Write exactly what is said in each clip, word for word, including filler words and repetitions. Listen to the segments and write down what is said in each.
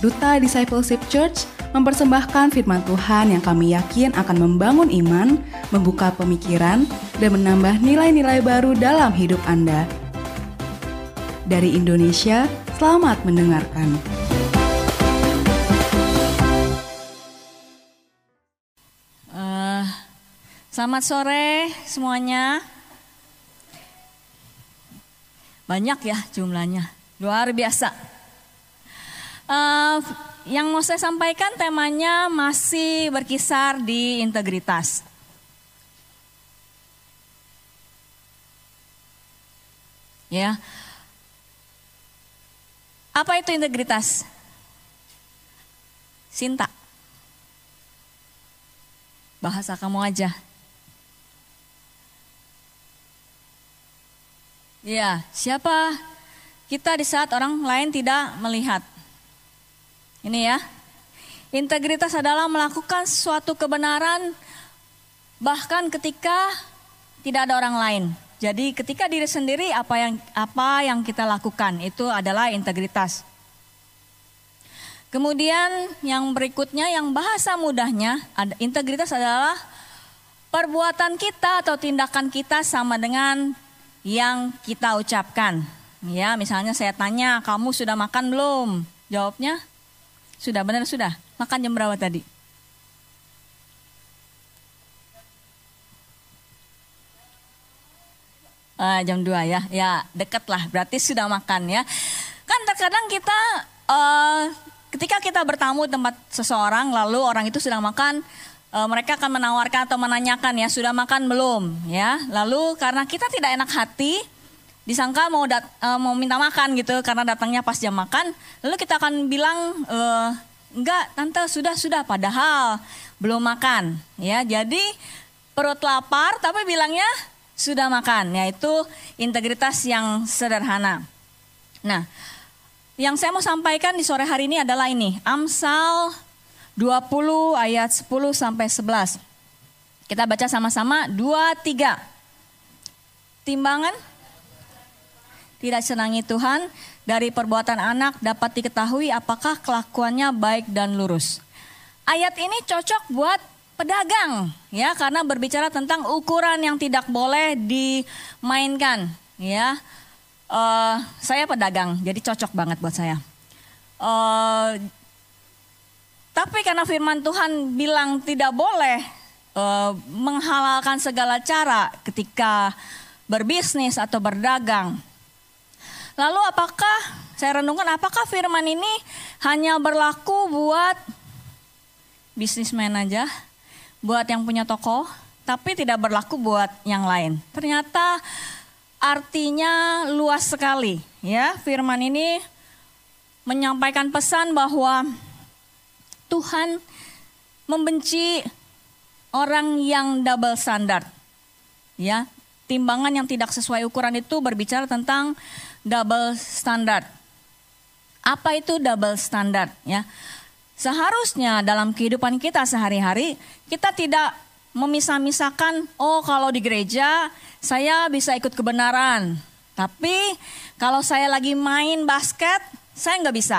Duta Discipleship Church mempersembahkan firman Tuhan yang kami yakin akan membangun iman, membuka pemikiran, dan menambah nilai-nilai baru dalam hidup Anda. Dari Indonesia, selamat mendengarkan. Uh, selamat sore semuanya. Banyak ya jumlahnya, luar biasa. Uh, yang mau saya sampaikan temanya masih berkisar di integritas. Ya, apa itu integritas? Sinta, bahasa kamu aja. Ya, siapa kita di saat orang lain tidak melihat? Ini ya, integritas adalah melakukan suatu kebenaran bahkan ketika tidak ada orang lain. Jadi ketika diri sendiri apa yang apa yang kita lakukan itu adalah integritas. Kemudian yang berikutnya yang bahasa mudahnya, integritas adalah perbuatan kita atau tindakan kita sama dengan yang kita ucapkan. Ya, misalnya saya tanya, kamu sudah makan belum? Jawabnya, sudah, benar sudah. Makan jam berapa tadi? Uh, jam dua ya, ya dekat lah, berarti sudah makan ya. Kan terkadang kita, uh, ketika kita bertamu di tempat seseorang, lalu orang itu sudah makan, uh, mereka akan menawarkan atau menanyakan ya, sudah makan belum? Ya, lalu karena kita tidak enak hati, disangka mau dat, uh, mau minta makan gitu karena datangnya pas jam makan, lalu kita akan bilang e, enggak tante sudah sudah padahal belum makan ya. Jadi perut lapar tapi bilangnya sudah makan, yaitu integritas yang sederhana. Nah, yang saya mau sampaikan di sore hari ini adalah ini, Amsal dua puluh ayat sepuluh sampai sebelas. Kita baca sama-sama, dua, tiga. Timbangan tidak senangi Tuhan, dari perbuatan anak dapat diketahui apakah kelakuannya baik dan lurus. Ayat ini cocok buat pedagang ya, karena berbicara tentang ukuran yang tidak boleh dimainkan ya. Uh, saya pedagang, jadi cocok banget buat saya. Uh, tapi karena firman Tuhan bilang tidak boleh uh, menghalalkan segala cara ketika berbisnis atau berdagang. Lalu apakah, saya renungkan apakah firman ini hanya berlaku buat bisnismen aja, buat yang punya toko, tapi tidak berlaku buat yang lain. Ternyata artinya luas sekali ya. Firman ini menyampaikan pesan bahwa Tuhan membenci orang yang double standard. Ya, timbangan yang tidak sesuai ukuran itu berbicara tentang double standard. Apa itu double standard ya? Seharusnya dalam kehidupan kita sehari-hari kita tidak memisah-misahkan, oh kalau di gereja saya bisa ikut kebenaran, tapi kalau saya lagi main basket saya nggak bisa.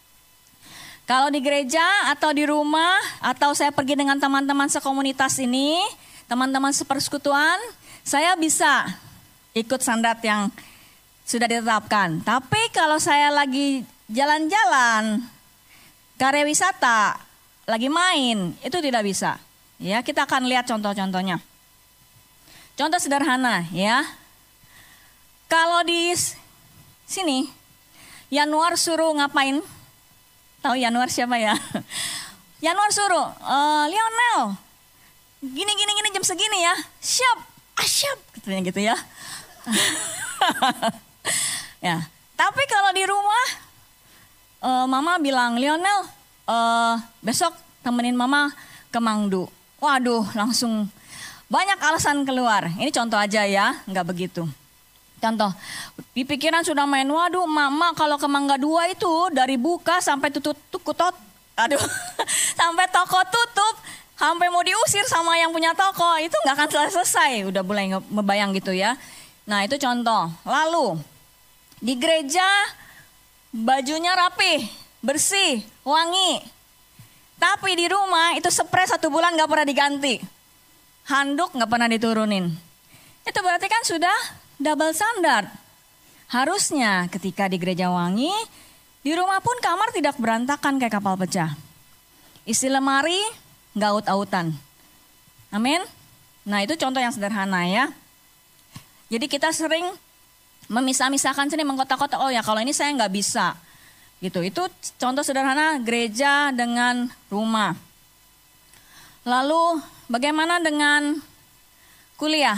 Kalau di gereja atau di rumah atau saya pergi dengan teman-teman sekomunitas ini, teman-teman sepersekutuan, saya bisa ikut standar yang sudah ditetapkan. Tapi kalau saya lagi jalan-jalan, karya wisata, lagi main, itu tidak bisa. Ya, kita akan lihat contoh-contohnya. Contoh sederhana ya. Kalau di sini, Yanuar suruh ngapain? Tahu Yanuar siapa ya? Yanuar suruh, e, Lionel, gini-gini gini jam segini ya. Siap, ah siap, katanya gitu ya. Ya, tapi kalau di rumah, uh, mama bilang, Lionel, uh, besok temenin mama ke Mangdu. Waduh, langsung banyak alasan keluar. Ini contoh aja ya, nggak begitu. Contoh, di pikiran sudah main, waduh mama kalau ke Mangga Dua itu dari buka sampai tutup tutup, aduh, sampai toko tutup, sampai mau diusir sama yang punya toko, itu nggak akan selesai. Udah mulai ngebayang gitu ya. Nah itu contoh. Lalu di gereja bajunya rapi, bersih, wangi. Tapi di rumah itu spray satu bulan gak pernah diganti. Handuk gak pernah diturunin. Itu berarti kan sudah double standard. Harusnya ketika di gereja wangi, di rumah pun kamar tidak berantakan kayak kapal pecah. Isi lemari gak aut-autan. Amin. Nah itu contoh yang sederhana ya. Jadi kita sering memisah-misahkan sini, mengkotak-kotak. Oh ya kalau ini saya nggak bisa. Gitu. Itu contoh sederhana gereja dengan rumah. Lalu bagaimana dengan kuliah?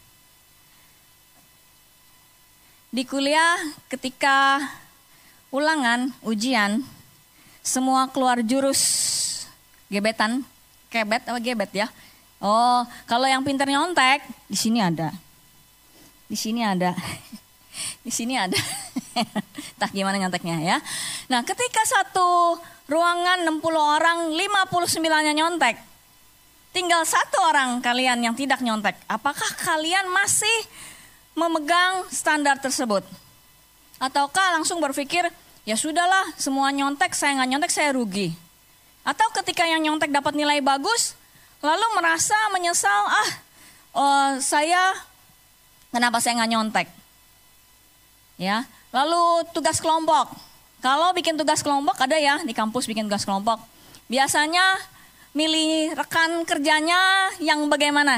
Di kuliah ketika ulangan, ujian, semua keluar jurus gebetan, kebet apa gebet ya? Oh, kalau yang pintar nyontek, di sini ada. Di sini ada. Di sini ada. Entah gimana nyonteknya ya. Nah, ketika satu ruangan enam puluh orang, lima puluh sembilan-nya nyontek. Tinggal satu orang kalian yang tidak nyontek. Apakah kalian masih memegang standar tersebut? Ataukah langsung berpikir, ya sudahlah semua nyontek, saya nggak nyontek, saya rugi. Atau ketika yang nyontek dapat nilai bagus, lalu merasa menyesal, ah oh, saya kenapa saya nggak nyontek? Ya, lalu tugas kelompok. Kalau bikin tugas kelompok ada ya di kampus bikin tugas kelompok. Biasanya milih rekan kerjanya yang bagaimana?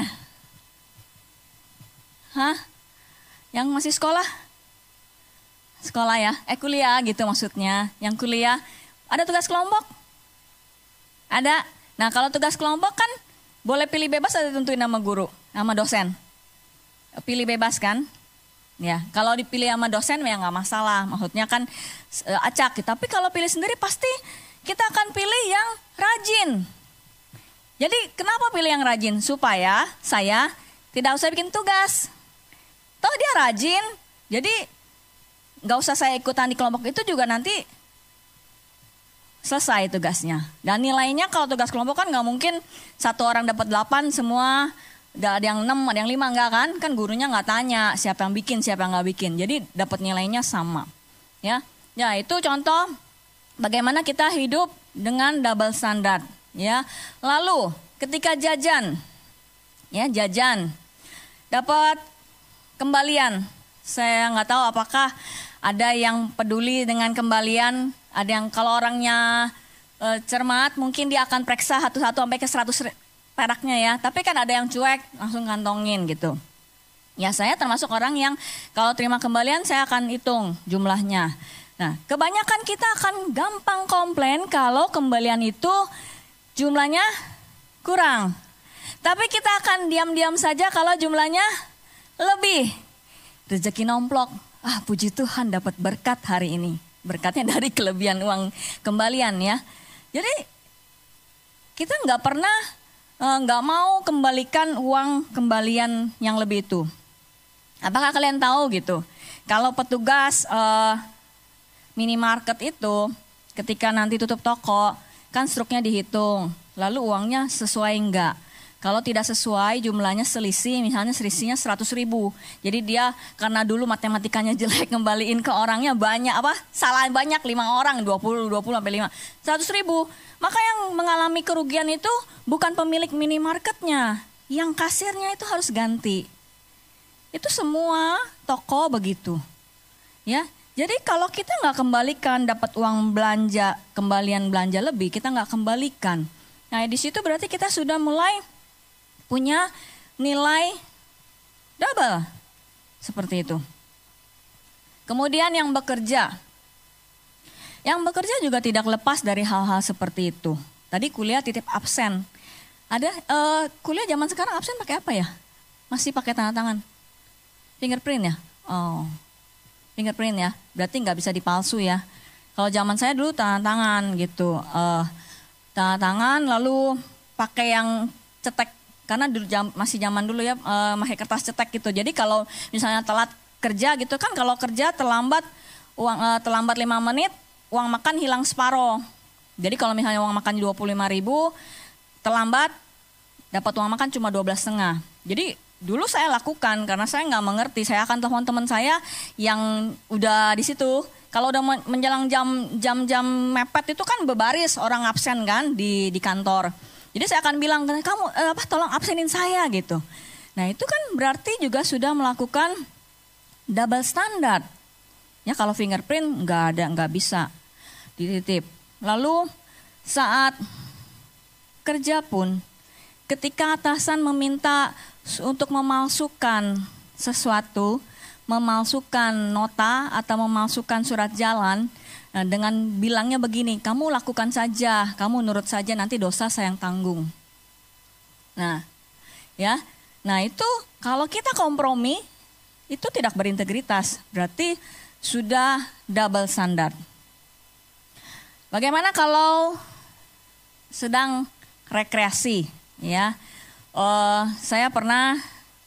Hah? Yang masih sekolah? Sekolah ya? Eh kuliah gitu maksudnya. Yang kuliah ada tugas kelompok? Ada. Nah kalau tugas kelompok kan boleh pilih bebas atau ditentuin sama guru, sama dosen? Pilih bebas kan? Ya, kalau dipilih sama dosen ya nggak masalah, maksudnya kan e, acak. Tapi kalau pilih sendiri pasti kita akan pilih yang rajin. Jadi kenapa pilih yang rajin? Supaya saya tidak usah bikin tugas. Toh dia rajin, jadi nggak usah saya ikutan di kelompok itu juga nanti selesai tugasnya. Dan nilainya kalau tugas kelompok kan nggak mungkin satu orang dapat delapan semua. Ada yang enam, ada yang lima, enggak kan? Kan gurunya nggak tanya siapa yang bikin, siapa yang nggak bikin. Jadi dapat nilainya sama. Ya, ya itu contoh bagaimana kita hidup dengan double standard. Ya, lalu ketika jajan, ya jajan dapat kembalian. Saya nggak tahu apakah ada yang peduli dengan kembalian. Ada yang kalau orangnya e, cermat, mungkin dia akan periksa satu-satu sampai ke seratus peraknya ya, tapi kan ada yang cuek langsung kantongin gitu. Ya saya termasuk orang yang kalau terima kembalian saya akan hitung jumlahnya. Nah kebanyakan kita akan gampang komplain kalau kembalian itu jumlahnya kurang. Tapi kita akan diam-diam saja kalau jumlahnya lebih. Rezeki nomplok, ah puji Tuhan dapat berkat hari ini. Berkatnya dari kelebihan uang kembalian ya. Jadi kita nggak pernah nggak mau kembalikan uang kembalian yang lebih itu. Apakah kalian tahu gitu? Kalau petugas uh, minimarket itu ketika nanti tutup toko kan struknya dihitung. Lalu uangnya sesuai enggak? Kalau tidak sesuai jumlahnya selisih, misalnya selisihnya seratus ribu. Jadi dia karena dulu matematikanya jelek ngembaliin ke orangnya banyak apa? Salah banyak lima orang, dua puluh, dua puluh sampai lima. seratus ribu. Maka yang mengalami kerugian itu bukan pemilik minimarketnya. Yang kasirnya itu harus ganti. Itu semua toko begitu. Ya, jadi kalau kita nggak kembalikan dapat uang belanja, kembalian belanja lebih, kita nggak kembalikan. Nah di situ berarti kita sudah mulai punya nilai double seperti itu. Kemudian yang bekerja, yang bekerja juga tidak lepas dari hal-hal seperti itu. Tadi kuliah titip absen. Ada uh, kuliah zaman sekarang absen pakai apa ya? Masih pakai tanda tangan, fingerprint ya? Oh, fingerprint ya. Berarti nggak bisa dipalsu ya. Kalau zaman saya dulu tanda tangan gitu, uh, tanda tangan lalu pakai yang cetek. Karena dulu jam, masih zaman dulu ya uh, pakai kertas cetek gitu. Jadi kalau misalnya telat kerja gitu kan, kalau kerja terlambat uang uh, terlambat lima menit, uang makan hilang separoh. Jadi kalau misalnya uang makan dua puluh lima ribu, terlambat dapat uang makan cuma dua belas setengah. Jadi dulu saya lakukan karena saya nggak mengerti. Saya akan telepon teman saya yang udah di situ, kalau udah menjelang jam jam-jam mepet itu kan berbaris orang absen kan di di kantor. Jadi saya akan bilang, kamu eh, apa tolong absenin saya gitu. Nah itu kan berarti juga sudah melakukan double standard. Ya kalau fingerprint nggak ada, nggak bisa dititip. Lalu saat kerja pun, ketika atasan meminta untuk memalsukan sesuatu, memalsukan nota atau memalsukan surat jalan, nah dengan bilangnya begini, kamu lakukan saja, kamu nurut saja, nanti dosa saya yang tanggung. Nah, ya, nah itu kalau kita kompromi itu tidak berintegritas, berarti sudah double standard. Bagaimana kalau sedang rekreasi, ya? Uh, saya pernah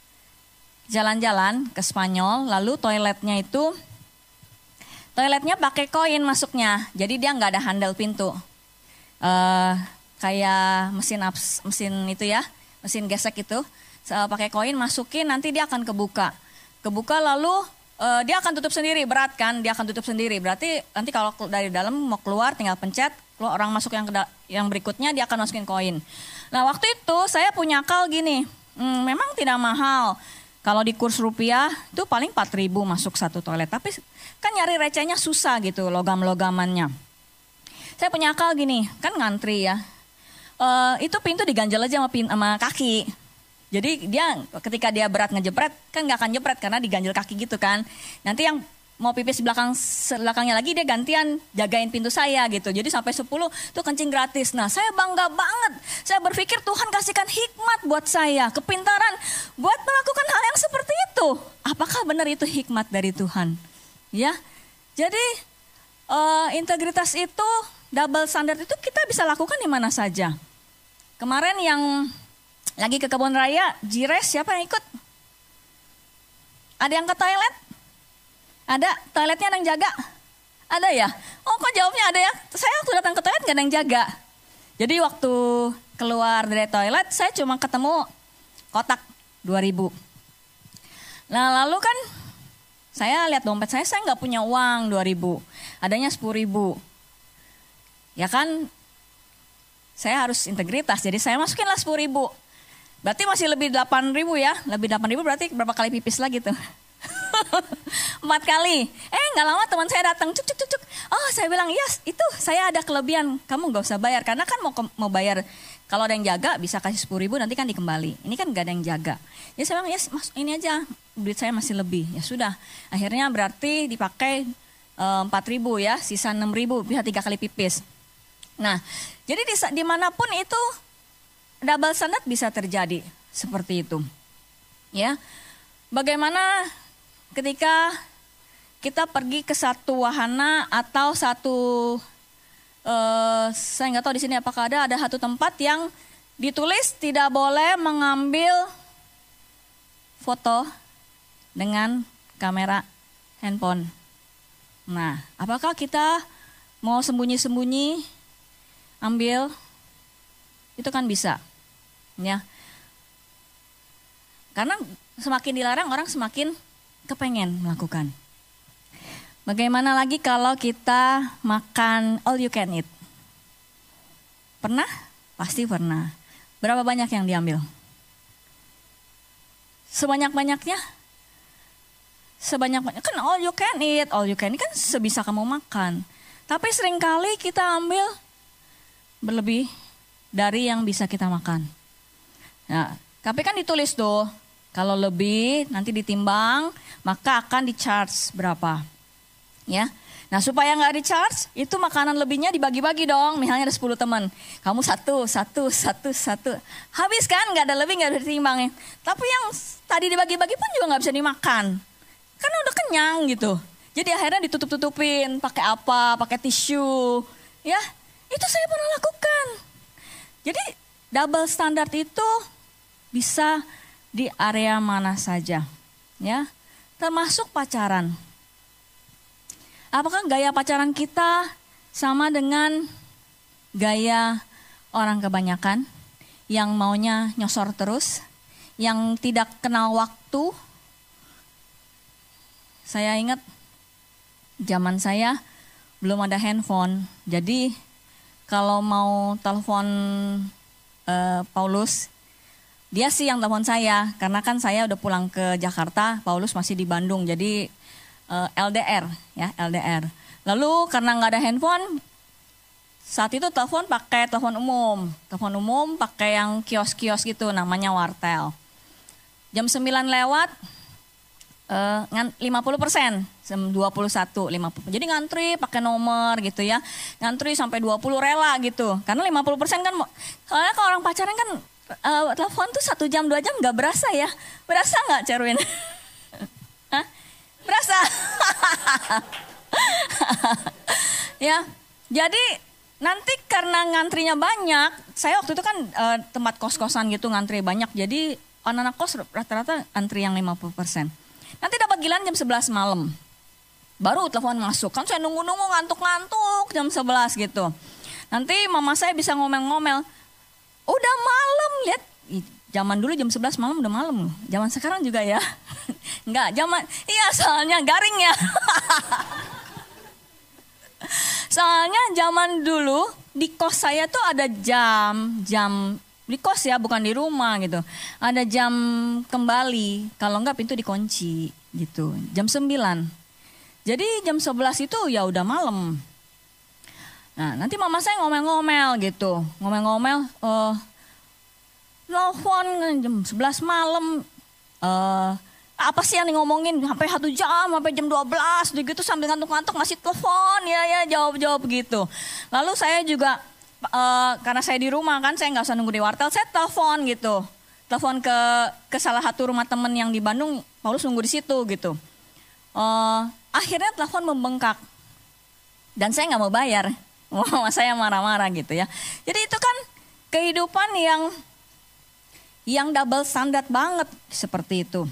jalan-jalan ke Spanyol, lalu toiletnya itu toiletnya pakai koin masuknya, jadi dia nggak ada handle pintu, uh, kayak mesin ups, mesin itu ya, mesin gesek itu, uh, pakai koin masukin, nanti dia akan kebuka, kebuka lalu uh, dia akan tutup sendiri, berat kan, dia akan tutup sendiri, berarti nanti kalau dari dalam mau keluar tinggal pencet, kalau orang masuk yang yang berikutnya dia akan masukin koin. Nah waktu itu saya punya akal gini, hmm, memang tidak mahal. Kalau di kurs rupiah itu paling empat ribu masuk satu toilet. Tapi kan nyari recehnya susah gitu, logam-logamannya. Saya punya akal gini, kan ngantri ya. E, itu pintu diganjel aja sama, pin, sama kaki. Jadi dia ketika dia berat ngejepret, kan gak akan jepret karena diganjel kaki gitu kan. Nanti yang mau pipis belakang belakangnya lagi dia gantian jagain pintu saya gitu. Jadi sampai sepuluh tuh kencing gratis. Nah saya bangga banget. Saya berpikir Tuhan kasihkan hikmat buat saya. Kepintaran buat melakukan hal yang seperti itu. Apakah benar itu hikmat dari Tuhan? Ya. Jadi uh, integritas itu, double standard itu kita bisa lakukan di mana saja. Kemarin yang lagi ke kebun raya, Jires siapa yang ikut? Ada yang ke toilet? Ada, toiletnya ada yang jaga? Ada ya? Oh kok jawabnya ada ya? Saya waktu datang ke toilet gak ada yang jaga. Jadi waktu keluar dari toilet saya cuma ketemu kotak dua ribu. Nah lalu kan saya lihat dompet saya, saya gak punya uang dua ribu. Adanya sepuluh ribu. Ya kan saya harus integritas, jadi saya masukin lah sepuluh ribu. Berarti masih lebih delapan ribu ya. Lebih delapan ribu berarti berapa kali pipis lagi tuh? Empat kali. Eh nggak lama teman saya datang, cuk cuk cuk cuk. Oh saya bilang yes itu saya ada kelebihan, kamu nggak usah bayar karena kan mau mau bayar kalau ada yang jaga bisa kasih sepuluh ribu nanti kan dikembali. Ini kan nggak ada yang jaga. Jadi saya bilang yes mas ini aja duit saya masih lebih. Ya sudah akhirnya berarti dipakai empat ribu ya, sisa enam ribu bisa tiga kali pipis. Nah jadi di dimanapun itu double standard bisa terjadi seperti itu. Ya bagaimana ketika kita pergi ke satu wahana atau satu, uh, saya nggak tahu di sini apakah ada, ada satu tempat yang ditulis tidak boleh mengambil foto dengan kamera handphone. Nah, apakah kita mau sembunyi-sembunyi ambil? Itu kan bisa, ya. Karena semakin dilarang orang semakin kepengen melakukan. Bagaimana lagi kalau kita makan all you can eat? Pernah? Pasti pernah. Berapa banyak yang diambil? Sebanyak-banyaknya? Sebanyak-banyak. Kan all you can eat, all you can eat kan sebisa kamu makan. Tapi seringkali kita ambil berlebih dari yang bisa kita makan. Nah, tapi kan ditulis tuh, kalau lebih nanti ditimbang, maka akan di-charge berapa. Ya. Nah supaya nggak di-charge, itu makanan lebihnya dibagi-bagi dong. Misalnya ada sepuluh teman, kamu satu, satu, satu, satu. Habis kan, nggak ada lebih, nggak ada ditimbangin. Tapi yang tadi dibagi-bagi pun juga nggak bisa dimakan. Karena udah kenyang gitu. Jadi akhirnya ditutup-tutupin, pakai apa, pakai tisu. Ya, itu saya pernah lakukan. Jadi double standard itu bisa di area mana saja, ya, termasuk pacaran. Apakah gaya pacaran kita sama dengan gaya orang kebanyakan yang maunya nyosor terus, yang tidak kenal waktu? Saya ingat zaman saya belum ada handphone. Jadi kalau mau telepon uh, Paulus, dia sih yang telepon saya. Karena kan saya udah pulang ke Jakarta, Paulus masih di Bandung. Jadi uh, L D R ya, L D R. Lalu karena nggak ada handphone, saat itu telepon pakai telepon umum. Telepon umum pakai yang kios-kios gitu, namanya wartel. Jam sembilan lewat, uh, lima puluh persen, dua puluh satu, lima puluh. Jadi ngantri pakai nomor gitu ya. Ngantri sampai dua puluh rela gitu. Karena lima puluh persen kan, soalnya kalau orang pacaran kan uh, telepon tuh satu jam, dua jam nggak berasa ya. Berasa nggak, Cerwin? Hah? Berasa? Ya, jadi nanti karena ngantrinya banyak, saya waktu itu kan uh, tempat kos-kosan gitu ngantri banyak, jadi anak-anak kos rata-rata antri yang lima puluh persen. Nanti dapat giliran jam sebelas malam, baru telepon masuk, kan saya nunggu-nunggu ngantuk-ngantuk jam sebelas gitu. Nanti mama saya bisa ngomel-ngomel, udah malam, lihat. Zaman dulu jam sebelas malam udah malam, zaman sekarang juga ya. Enggak, zaman, iya soalnya garing ya. Soalnya zaman dulu di kos saya tuh ada jam, jam di kos ya, bukan di rumah gitu. Ada jam kembali, kalau enggak pintu dikunci gitu, jam sembilan. Jadi jam sebelas itu ya udah malam. Nah nanti mama saya ngomel-ngomel gitu, ngomel-ngomel, uh, telepon jam sebelas malam, uh, apa sih yang ngomongin sampai satu jam, sampai jam dua belas gitu sambil ngantuk-ngantuk ngasih telepon ya ya jawab-jawab gitu. Lalu saya juga uh, karena saya di rumah kan, saya nggak usah nunggu di wartel, saya telepon gitu, telepon ke ke salah satu rumah temen yang di Bandung, Paulus nunggu di situ gitu. Uh, akhirnya telepon membengkak dan saya nggak mau bayar, mama saya marah-marah gitu ya. Jadi itu kan kehidupan yang yang double standar banget seperti itu.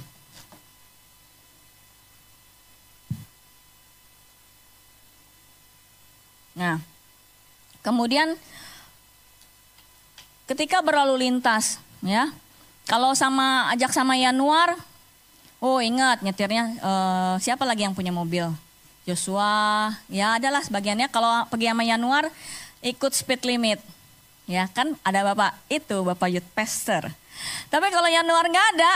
Nah, kemudian ketika berlalu lintas, ya, kalau sama ajak sama Yanuar, oh ingat nyetirnya eh, siapa lagi yang punya mobil? Joshua, ya adalah sebagiannya. Kalau pergi sama Yanuar ikut speed limit, ya kan ada bapak itu bapak youth pastor. Tapi kalau Yanuar nggak ada,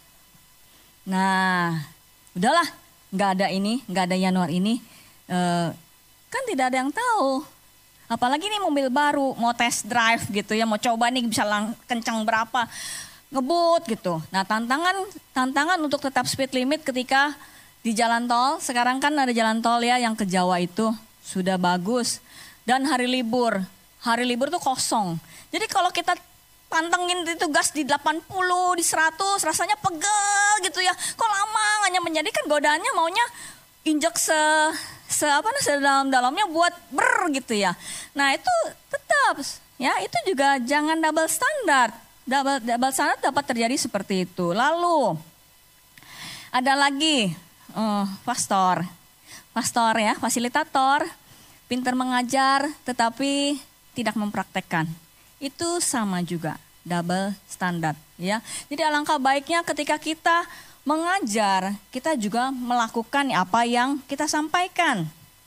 nah udahlah nggak ada ini, nggak ada Yanuar ini. Eh, Kan tidak ada yang tahu. Apalagi nih mobil baru, mau test drive gitu ya, mau coba nih bisa lang- kencang berapa, ngebut gitu. Nah tantangan tantangan untuk tetap speed limit ketika di jalan tol, sekarang kan ada jalan tol ya yang ke Jawa itu sudah bagus. Dan hari libur, hari libur tuh kosong. Jadi kalau kita pantengin itu gas di delapan puluh, di seratus, rasanya pegel gitu ya. Kok lama hanya menjadikan godaannya maunya injek se se apa nih sedalam-dalamnya buat ber gitu ya. Nah itu tetap ya, itu juga jangan double standard. Double double standard dapat terjadi seperti itu. Lalu ada lagi uh, pastor, pastor ya, fasilitator, pintar mengajar tetapi tidak mempraktekkan. Itu sama juga double standard ya. Jadi alangkah baiknya ketika kita mengajar, kita juga melakukan apa yang kita sampaikan.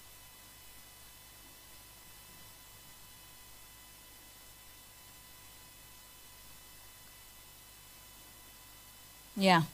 Ya,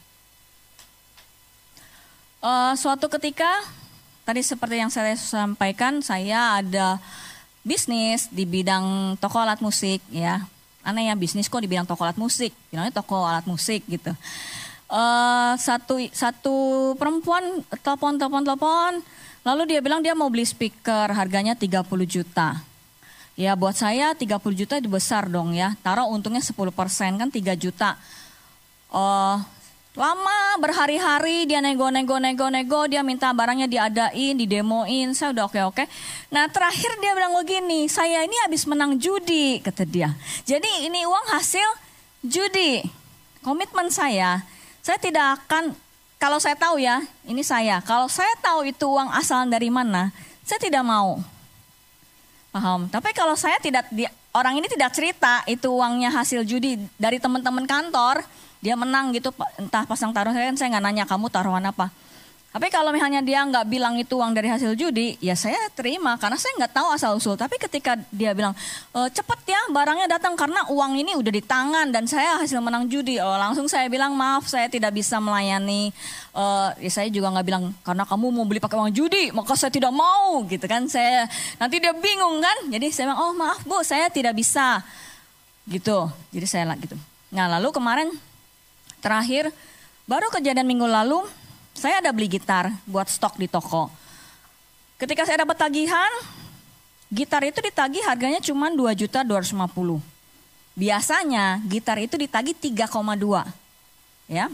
uh, suatu ketika, tadi seperti yang saya sampaikan, saya ada bisnis di bidang toko alat musik, ya. Aneh ya, bisnis kok di bidang toko alat musik, bilangnya toko alat musik gitu. Uh, satu satu perempuan telepon telepon telepon, lalu dia bilang dia mau beli speaker, harganya tiga puluh juta. Ya buat saya tiga puluh juta itu besar dong ya, taruh untungnya sepuluh persen kan tiga juta. Uh, lama berhari-hari dia nego-nego-nego-nego, dia minta barangnya diadain, didemoin, saya udah oke-oke. Nah terakhir dia bilang begini, saya ini habis menang judi, kata dia. Jadi ini uang hasil judi, komitmen saya. Saya tidak akan, kalau saya tahu ya, ini saya, kalau saya tahu itu uang asal dari mana, saya tidak mau. Paham? Tapi kalau saya tidak, orang ini tidak cerita itu uangnya hasil judi dari teman-teman kantor, dia menang gitu, entah pasang taruhan, saya kan saya nggak nanya kamu taruhan apa. Tapi kalau misalnya dia nggak bilang itu uang dari hasil judi, ya saya terima karena saya nggak tahu asal usul. Tapi ketika dia bilang e, cepet ya barangnya datang karena uang ini udah di tangan dan saya hasil menang judi, oh langsung saya bilang maaf saya tidak bisa melayani. Uh, ya saya juga nggak bilang karena kamu mau beli pakai uang judi maka saya tidak mau gitu kan, saya nanti dia bingung kan. Jadi saya bilang oh maaf bu saya tidak bisa gitu. Jadi saya lah gitu. Nah lalu kemarin terakhir baru kejadian minggu lalu saya ada beli gitar buat stok di toko. Ketika saya dapat tagihan gitar itu ditagih harganya cuma dua juta dua ratus lima puluh. Biasanya gitar itu ditagih tiga koma dua ya.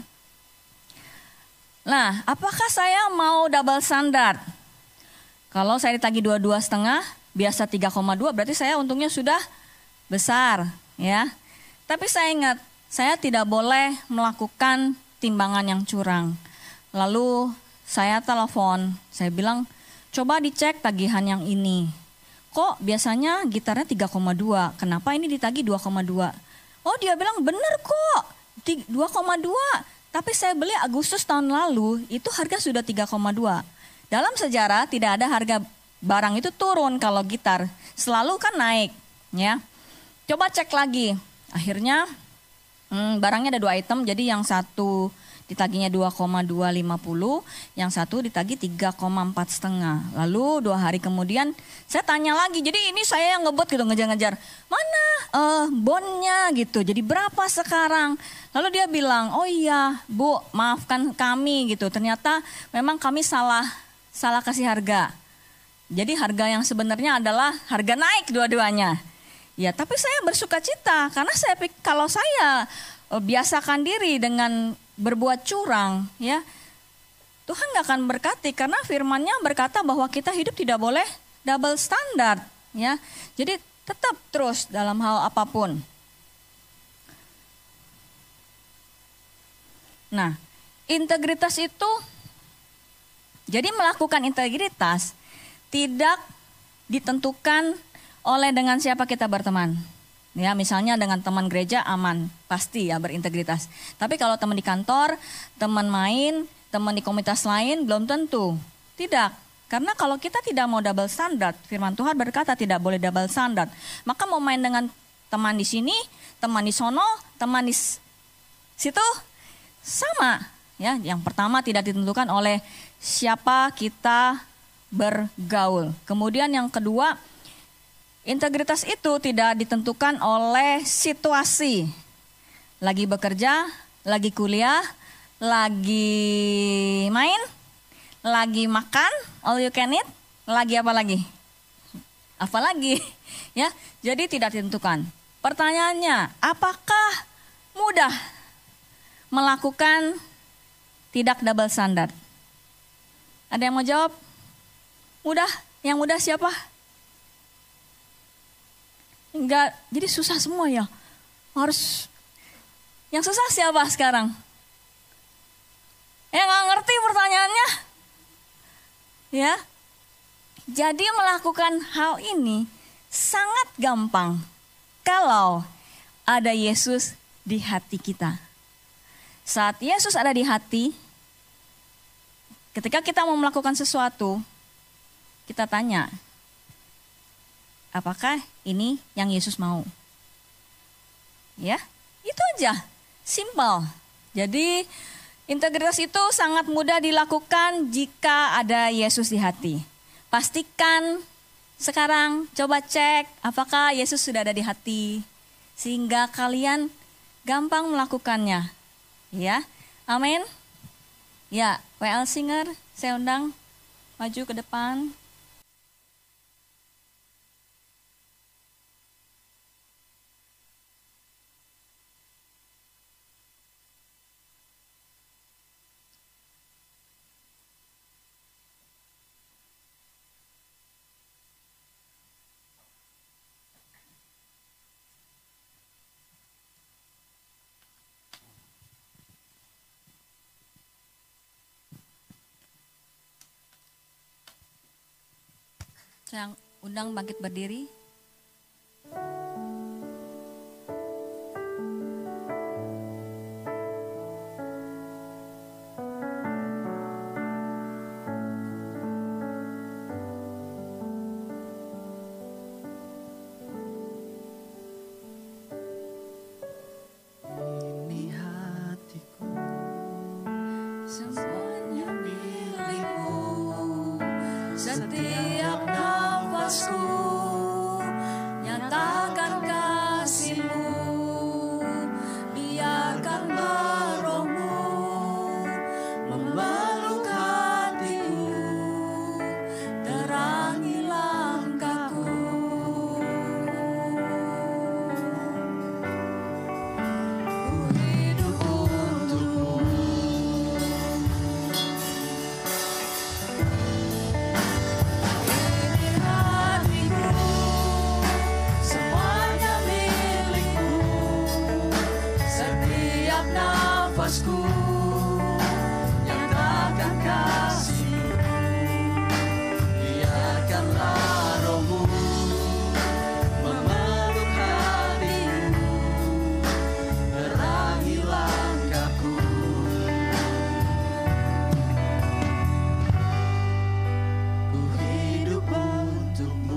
Nah, apakah saya mau double standar? Kalau saya ditagih dua puluh dua setengah, biasa tiga koma dua, berarti saya untungnya sudah besar, ya. Tapi saya ingat, saya tidak boleh melakukan timbangan yang curang. Lalu saya telepon, saya bilang, coba dicek tagihan yang ini. Kok biasanya gitarnya tiga koma dua, kenapa ini ditagih dua koma dua? Oh dia bilang bener kok, dua koma dua. Tapi saya beli Agustus tahun lalu, itu harga sudah tiga koma dua. Dalam sejarah tidak ada harga barang itu turun kalau gitar. Selalu kan naik. Ya. Coba cek lagi. Akhirnya hmm, barangnya ada dua item, jadi yang satu ditagihnya dua koma dua lima nol, yang satu ditagih tiga koma empat setengah. Lalu dua hari kemudian saya tanya lagi, jadi ini saya yang ngebut gitu ngejar-ngejar, mana uh, bonnya gitu, jadi berapa sekarang? Lalu dia bilang, oh iya bu maafkan kami gitu, ternyata memang kami salah salah kasih harga. Jadi harga yang sebenarnya adalah harga naik dua-duanya. Ya tapi saya bersuka cita karena saya kalau saya uh, biasakan diri dengan berbuat curang, ya Tuhan gak akan berkati karena firman-Nya berkata bahwa kita hidup tidak boleh double standard, ya. Jadi tetap terus dalam hal apapun. Nah, integritas itu, jadi melakukan integritas tidak ditentukan oleh dengan siapa kita berteman. Ya, misalnya dengan teman gereja aman, pasti ya berintegritas. Tapi kalau teman di kantor, teman main, teman di komunitas lain belum tentu. Tidak, karena kalau kita tidak mau double standard, firman Tuhan berkata tidak boleh double standard. Maka mau main dengan teman di sini, teman di sono, teman di situ sama. Ya, yang pertama tidak ditentukan oleh siapa kita bergaul. Kemudian yang kedua, integritas itu tidak ditentukan oleh situasi. Lagi bekerja, lagi kuliah, lagi main, lagi makan, all you can eat, lagi apa lagi? Apa lagi? Ya, jadi tidak ditentukan. Pertanyaannya, apakah mudah melakukan tidak double standard? Ada yang mau jawab? Mudah? Yang mudah siapa? Enggak, jadi susah semua ya. Harus, yang susah siapa sekarang? Ya nggak ngerti pertanyaannya. Ya, jadi melakukan hal ini sangat gampang kalau ada Yesus di hati kita. Saat Yesus ada di hati, ketika kita mau melakukan sesuatu, kita tanya, apakah ini yang Yesus mau? Ya, itu aja. Simple. Jadi integritas itu sangat mudah dilakukan jika ada Yesus di hati. Pastikan sekarang coba cek apakah Yesus sudah ada di hati. Sehingga kalian gampang melakukannya. Ya, amin. Ya, W L Singer, saya undang maju ke depan. Saya undang bangkit berdiri. semuanya milikmu, setiap nafasku nyatakan kasih-Mu, biarkanlah Roh-Mu memeluk hatiku, terangi langkahku. Ku hidup untuk-Mu. Ini hatiku, semuanya milik-Mu, setiap nafasku nyatakan kasih-Mu, biarkanlah Roh-Mu memeluk hatiku, terangi langkahku. Ku hidup untuk-Mu.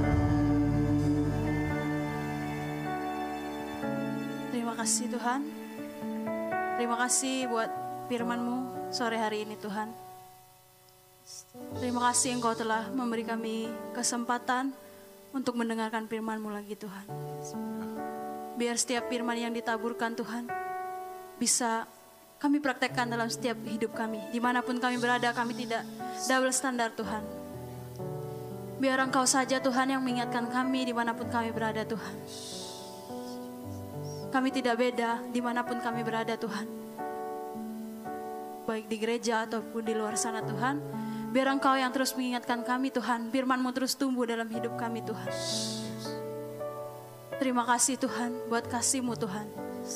Terima kasih Tuhan. Terima kasih buat firman-Mu sore hari ini Tuhan. Terima kasih Engkau telah memberi kami kesempatan untuk mendengarkan firman-Mu lagi Tuhan. Biar setiap firman yang ditaburkan Tuhan bisa kami praktekkan dalam setiap hidup kami. Dimanapun kami berada, kami tidak double standar Tuhan. Biar Engkau saja Tuhan yang mengingatkan kami dimanapun kami berada Tuhan. Kami tidak beda dimanapun kami berada Tuhan. Baik di gereja ataupun di luar sana Tuhan. Biar Engkau yang terus mengingatkan kami Tuhan. Firman-Mu terus tumbuh dalam hidup kami Tuhan. Terima kasih Tuhan buat kasih-Mu Tuhan.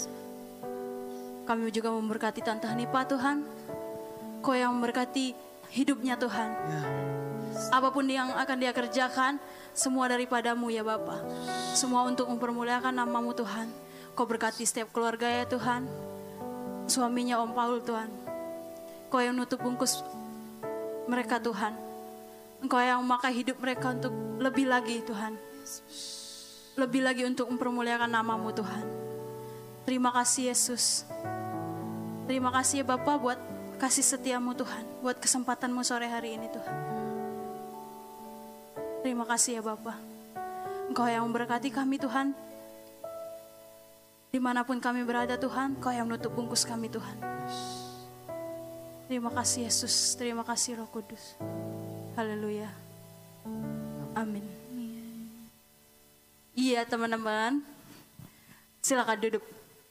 Kami juga memberkati Tante Hanipa Tuhan. Kau yang memberkati hidupnya Tuhan. Apapun yang akan dia kerjakan, semua daripada-Mu ya Bapa. Semua untuk mempermuliakan nama-Mu Tuhan. Kau berkati setiap keluarga ya Tuhan. Suaminya Om Paul Tuhan. Kau yang nutup bungkus mereka Tuhan. Engkau yang memakai hidup mereka untuk lebih lagi Tuhan. Lebih lagi untuk mempermuliakan nama-Mu Tuhan. Terima kasih Yesus. Terima kasih ya Bapa buat kasih setia-Mu Tuhan. Buat kesempatan-Mu sore hari ini Tuhan. Terima kasih ya Bapa. Engkau yang memberkati kami Tuhan. Dimanapun kami berada Tuhan, Kau yang menutup bungkus kami Tuhan. Terima kasih Yesus, terima kasih Roh Kudus. Haleluya. Amin. Iya teman-teman, silakan duduk.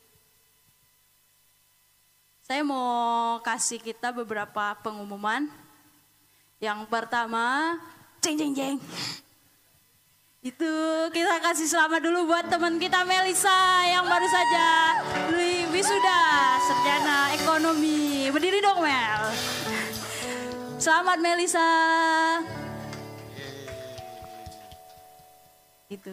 Saya mau kasih kita beberapa pengumuman. Yang pertama, jeng jeng jeng. Itu kita kasih selamat dulu buat teman kita Melisa yang baru saja wisuda sarjana ekonomi. Berdiri dong Mel. Selamat Melisa. Itu.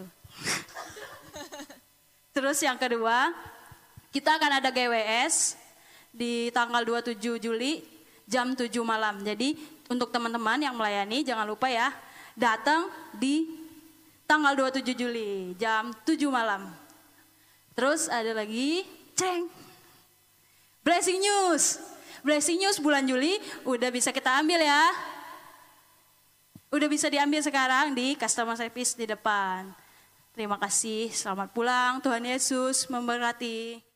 Terus yang kedua, kita akan ada G W S di tanggal dua puluh tujuh Juli jam tujuh malam. Jadi untuk teman-teman yang melayani jangan lupa ya datang di tanggal dua puluh tujuh Juli jam tujuh malam. Terus ada lagi, ceng. Blessing news. Blessing news bulan Juli udah bisa kita ambil ya. Udah bisa diambil sekarang di customer service di depan. Terima kasih, selamat pulang. Tuhan Yesus memberkati.